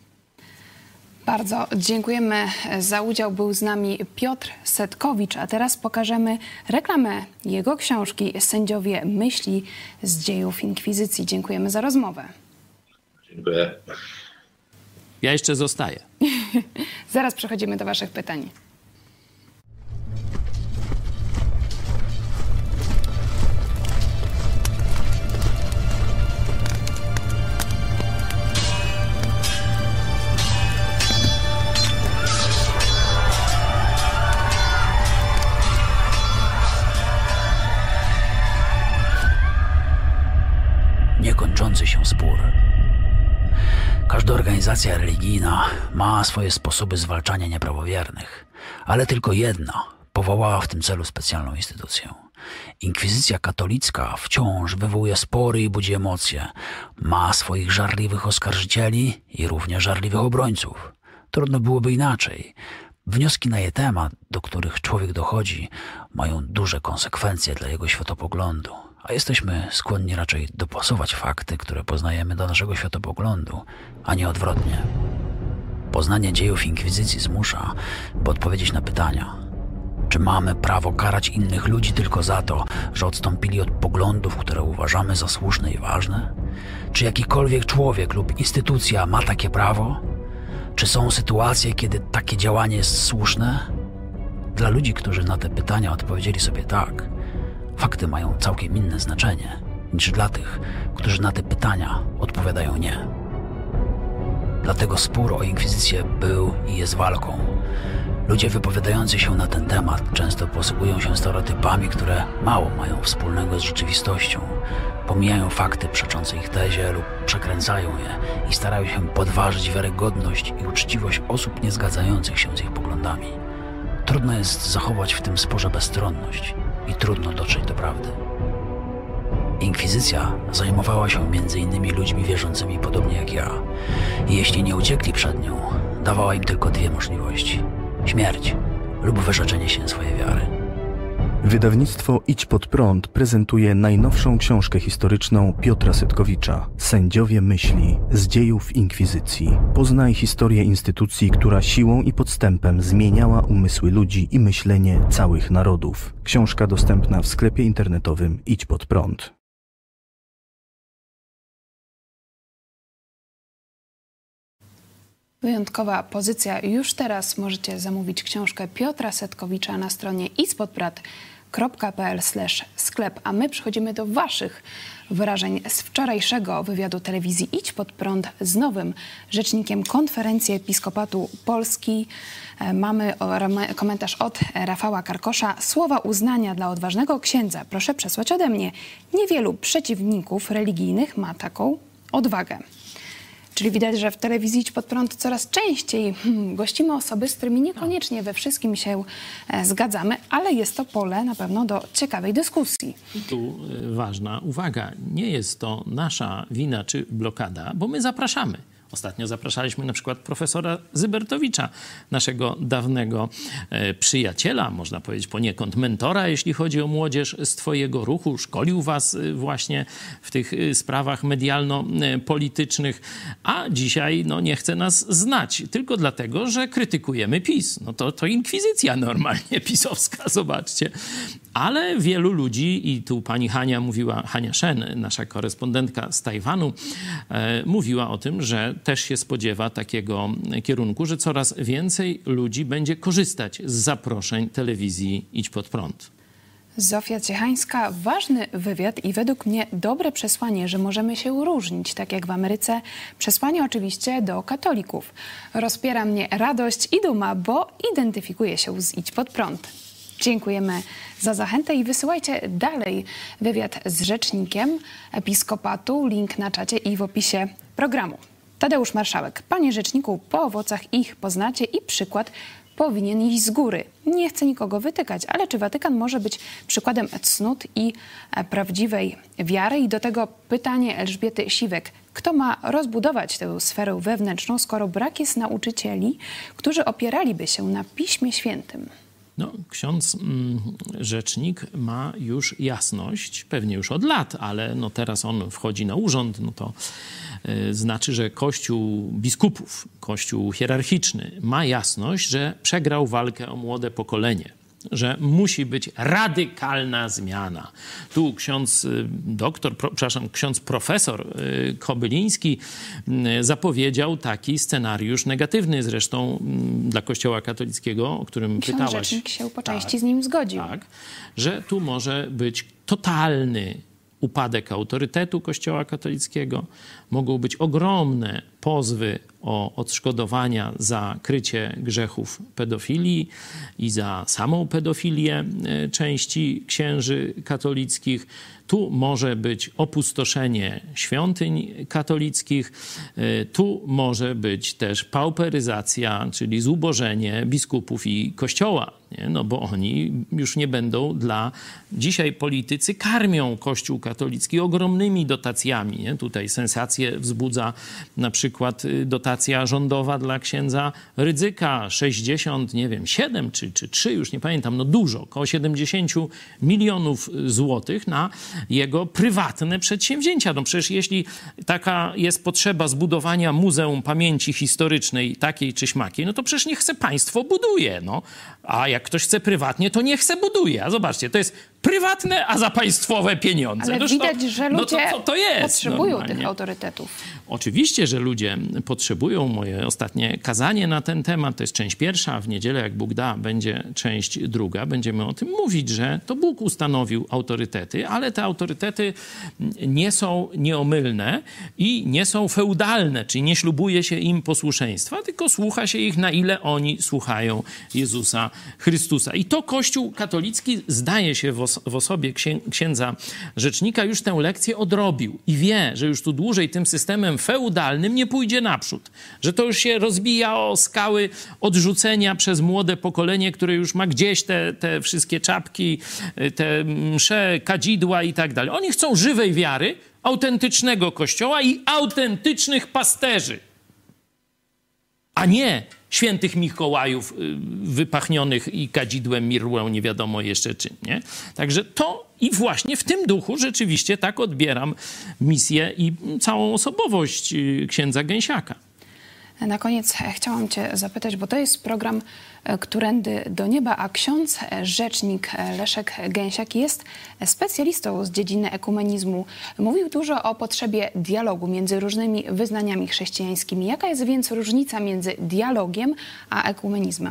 Bardzo dziękujemy za udział. Był z nami Piotr Setkowicz, a teraz pokażemy reklamę jego książki Sędziowie myśli z dziejów inkwizycji. Dziękujemy za rozmowę. Dziękuję. Ja jeszcze zostaję. Zaraz przechodzimy do waszych pytań. Niekończący się spór. Każda organizacja religijna ma swoje sposoby zwalczania nieprawowiernych, ale tylko jedna powołała w tym celu specjalną instytucję. Inkwizycja katolicka wciąż wywołuje spory i budzi emocje. Ma swoich żarliwych oskarżycieli i równie żarliwych obrońców. Trudno byłoby inaczej. Wnioski na jej temat, do których człowiek dochodzi, mają duże konsekwencje dla jego światopoglądu. A jesteśmy skłonni raczej dopasować fakty, które poznajemy, do naszego światopoglądu, a nie odwrotnie. Poznanie dziejów inkwizycji zmusza, by odpowiedzieć na pytania. Czy mamy prawo karać innych ludzi tylko za to, że odstąpili od poglądów, które uważamy za słuszne i ważne? Czy jakikolwiek człowiek lub instytucja ma takie prawo? Czy są sytuacje, kiedy takie działanie jest słuszne? Dla ludzi, którzy na te pytania odpowiedzieli sobie tak, fakty mają całkiem inne znaczenie niż dla tych, którzy na te pytania odpowiadają nie. Dlatego spór o inkwizycję był i jest walką. Ludzie wypowiadający się na ten temat często posługują się stereotypami, które mało mają wspólnego z rzeczywistością. Pomijają fakty przeczące ich tezie lub przekręcają je i starają się podważyć wiarygodność i uczciwość osób nie zgadzających się z ich poglądami. Trudno jest zachować w tym sporze bezstronność i trudno dotrzeć do prawdy. Inkwizycja zajmowała się między innymi ludźmi wierzącymi podobnie jak ja. I jeśli nie uciekli przed nią, dawała im tylko dwie możliwości. Śmierć lub wyrzeczenie się swojej wiary. Wydawnictwo Idź Pod Prąd prezentuje najnowszą książkę historyczną Piotra Setkowicza Sędziowie myśli z dziejów inkwizycji. Poznaj historię instytucji, która siłą i podstępem zmieniała umysły ludzi i myślenie całych narodów. Książka dostępna w sklepie internetowym Idź Pod Prąd. Wyjątkowa pozycja. Już teraz możecie zamówić książkę Piotra Setkowicza na stronie ispodprat kropka p l slash sklep, a my przechodzimy do waszych wyrażeń z wczorajszego wywiadu telewizji Idź Pod Prąd z nowym rzecznikiem Konferencji Episkopatu Polski. Mamy komentarz od Rafała Karkosza. Słowa uznania dla odważnego księdza proszę przesłać ode mnie. Niewielu przeciwników religijnych ma taką odwagę. Czyli widać, że w telewizji Idź Pod Prąd coraz częściej hmm, gościmy osoby, z którymi niekoniecznie we wszystkim się e, zgadzamy, ale jest to pole na pewno do ciekawej dyskusji. I tu y, ważna uwaga. Nie jest to nasza wina czy blokada, bo my zapraszamy. Ostatnio zapraszaliśmy na przykład profesora Zybertowicza, naszego dawnego e, przyjaciela, można powiedzieć poniekąd mentora, jeśli chodzi o młodzież z twojego ruchu. Szkolił was e, właśnie w tych e, sprawach medialno-politycznych, a dzisiaj no, nie chce nas znać tylko dlatego, że krytykujemy PiS. No to, to inkwizycja normalnie pisowska, zobaczcie. Ale wielu ludzi, i tu pani Hania mówiła, Hania Shen, nasza korespondentka z Tajwanu, e, mówiła o tym, że też się spodziewa takiego kierunku, że coraz więcej ludzi będzie korzystać z zaproszeń telewizji Idź Pod Prąd. Zofia Ciechańska, ważny wywiad i według mnie dobre przesłanie, że możemy się różnić, tak jak w Ameryce. Przesłanie oczywiście do katolików. Rozpiera mnie radość i duma, bo identyfikuję się z Idź Pod Prąd. Dziękujemy za zachętę i wysyłajcie dalej wywiad z rzecznikiem Episkopatu. Link na czacie i w opisie programu. Tadeusz Marszałek. Panie rzeczniku, po owocach ich poznacie i przykład powinien iść z góry. Nie chcę nikogo wytykać, ale czy Watykan może być przykładem cnót i prawdziwej wiary? I do tego pytanie Elżbiety Siwek. Kto ma rozbudować tę sferę wewnętrzną, skoro brak jest nauczycieli, którzy opieraliby się na Piśmie Świętym? No, ksiądz mm, rzecznik ma już jasność, pewnie już od lat, ale no teraz on wchodzi na urząd, no to y, znaczy, że Kościół biskupów, Kościół hierarchiczny ma jasność, że przegrał walkę o młode pokolenie, że musi być radykalna zmiana. Tu ksiądz doktor, pro, przepraszam, ksiądz profesor Kobyliński zapowiedział taki scenariusz negatywny zresztą dla Kościoła katolickiego, o którym ksiądz pytałaś. Rzecznik się po części tak, z nim zgodził. Tak, że tu może być totalny upadek autorytetu Kościoła katolickiego. Mogą być ogromne pozwy o odszkodowania za krycie grzechów pedofilii i za samą pedofilię części księży katolickich. Tu może być opustoszenie świątyń katolickich. Tu może być też pauperyzacja, czyli zubożenie biskupów i Kościoła. Nie? No bo oni już nie będą dla... Dzisiaj politycy karmią Kościół katolicki ogromnymi dotacjami. Nie? Tutaj sensację wzbudza na przykład dotacja rządowa dla księdza Rydzyka. sześćdziesiąt, nie wiem, siedem czy, czy trzy, już nie pamiętam, no dużo, około siedemdziesiąt milionów złotych na jego prywatne przedsięwzięcia. No przecież jeśli taka jest potrzeba zbudowania Muzeum Pamięci Historycznej takiej czy śmakiej, no to przecież niech chce państwo buduje, no. A jak ktoś chce prywatnie, to niech chce buduje. A zobaczcie, to jest prywatne, a za państwowe pieniądze. Ale Noż widać, to, że no ludzie to, to jest potrzebują normalnie tych autorytetów. Oczywiście, że ludzie potrzebują. Moje ostatnie kazanie na ten temat to jest część pierwsza. W niedzielę, jak Bóg da, będzie część druga. Będziemy o tym mówić, że to Bóg ustanowił autorytety, ale te autorytety nie są nieomylne i nie są feudalne, czyli nie ślubuje się im posłuszeństwa, tylko słucha się ich, na ile oni słuchają Jezusa Chrystusa. I to Kościół katolicki, zdaje się, w, os- w osobie księ- księdza rzecznika już tę lekcję odrobił i wie, że już tu dłużej tym systemem feudalnym nie pójdzie naprzód, że to już się rozbija o skały odrzucenia przez młode pokolenie, które już ma gdzieś te, te wszystkie czapki, te msze, kadzidła i tak dalej. Oni chcą żywej wiary, autentycznego Kościoła i autentycznych pasterzy, a nie świętych Mikołajów wypachnionych i kadzidłem, mirłą, nie wiadomo jeszcze czym, nie? Także to i właśnie w tym duchu rzeczywiście tak odbieram misję i całą osobowość księdza Gęsiaka. Na koniec chciałam cię zapytać, bo to jest program Którędy do nieba, a ksiądz rzecznik Leszek Gęsiak jest specjalistą z dziedziny ekumenizmu. Mówił dużo o potrzebie dialogu między różnymi wyznaniami chrześcijańskimi. Jaka jest więc różnica między dialogiem a ekumenizmem?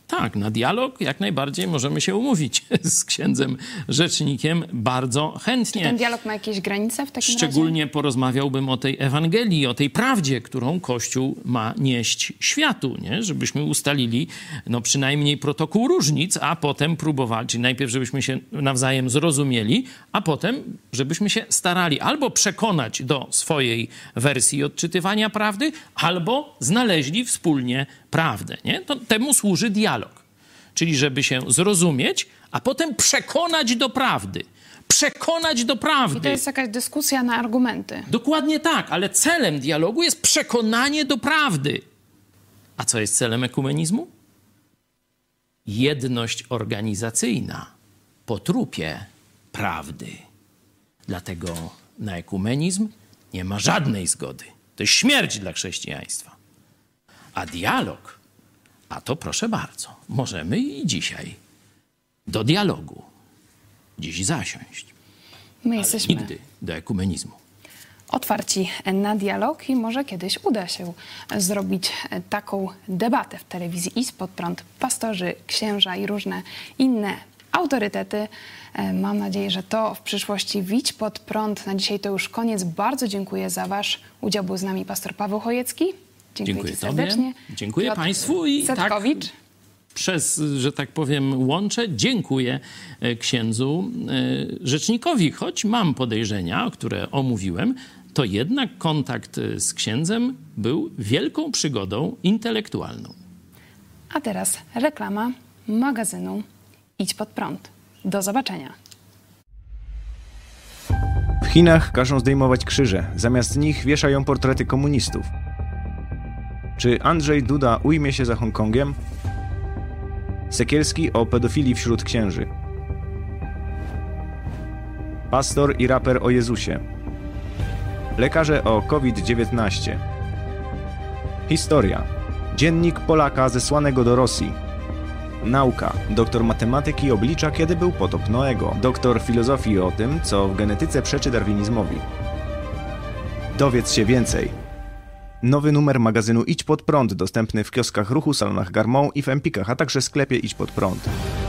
Tak, na dialog jak najbardziej możemy się umówić z księdzem rzecznikiem bardzo chętnie. Czy ten dialog ma jakieś granice w takim Szczególnie razie? porozmawiałbym o tej Ewangelii, o tej prawdzie, którą Kościół ma nieść światu, nie? Żebyśmy ustalili no, przynajmniej protokół różnic, a potem próbowali, czyli najpierw żebyśmy się nawzajem zrozumieli, a potem żebyśmy się starali albo przekonać do swojej wersji odczytywania prawdy, albo znaleźli wspólnie prawdę. Nie? To temu służy dialog. Czyli żeby się zrozumieć, a potem przekonać do prawdy. Przekonać do prawdy. I to jest jakaś dyskusja na argumenty. Dokładnie tak, ale celem dialogu jest przekonanie do prawdy. A co jest celem ekumenizmu? Jedność organizacyjna po trupie prawdy. Dlatego na ekumenizm nie ma żadnej zgody. To jest śmierć dla chrześcijaństwa. A dialog, a to proszę bardzo, możemy i dzisiaj do dialogu dziś zasiąść. My Ale jesteśmy nigdy do ekumenizmu. otwarci na dialog i może kiedyś uda się zrobić taką debatę w telewizji Idź Pod Prąd. Pastorzy, księża i różne inne autorytety. Mam nadzieję, że to w przyszłości w Idź Pod Prąd. Na dzisiaj to już koniec. Bardzo dziękuję za wasz udział. Był z nami pastor Paweł Chojecki. Dziękuję, Dziękuję ci serdecznie. Tobie. Dziękuję Piotr Państwu i Setkowicz. tak przez, że tak powiem, łączę. Dziękuję księdzu rzecznikowi, choć mam podejrzenia, które omówiłem, to jednak kontakt z księdzem był wielką przygodą intelektualną. A teraz reklama magazynu Idź Pod Prąd. Do zobaczenia. W Chinach każą zdejmować krzyże, zamiast nich wieszają portrety komunistów. Czy Andrzej Duda ujmie się za Hongkongiem? Sekielski o pedofilii wśród księży. Pastor i raper o Jezusie. Lekarze o COVID dziewiętnaście. Historia. Dziennik Polaka zesłanego do Rosji. Nauka. Doktor matematyki oblicza, kiedy był potop Noego. Doktor filozofii o tym, co w genetyce przeczy darwinizmowi. Dowiedz się więcej. Nowy numer magazynu Idź Pod Prąd, dostępny w kioskach Ruchu, salonach Garmont i w Empikach, a także sklepie Idź Pod Prąd.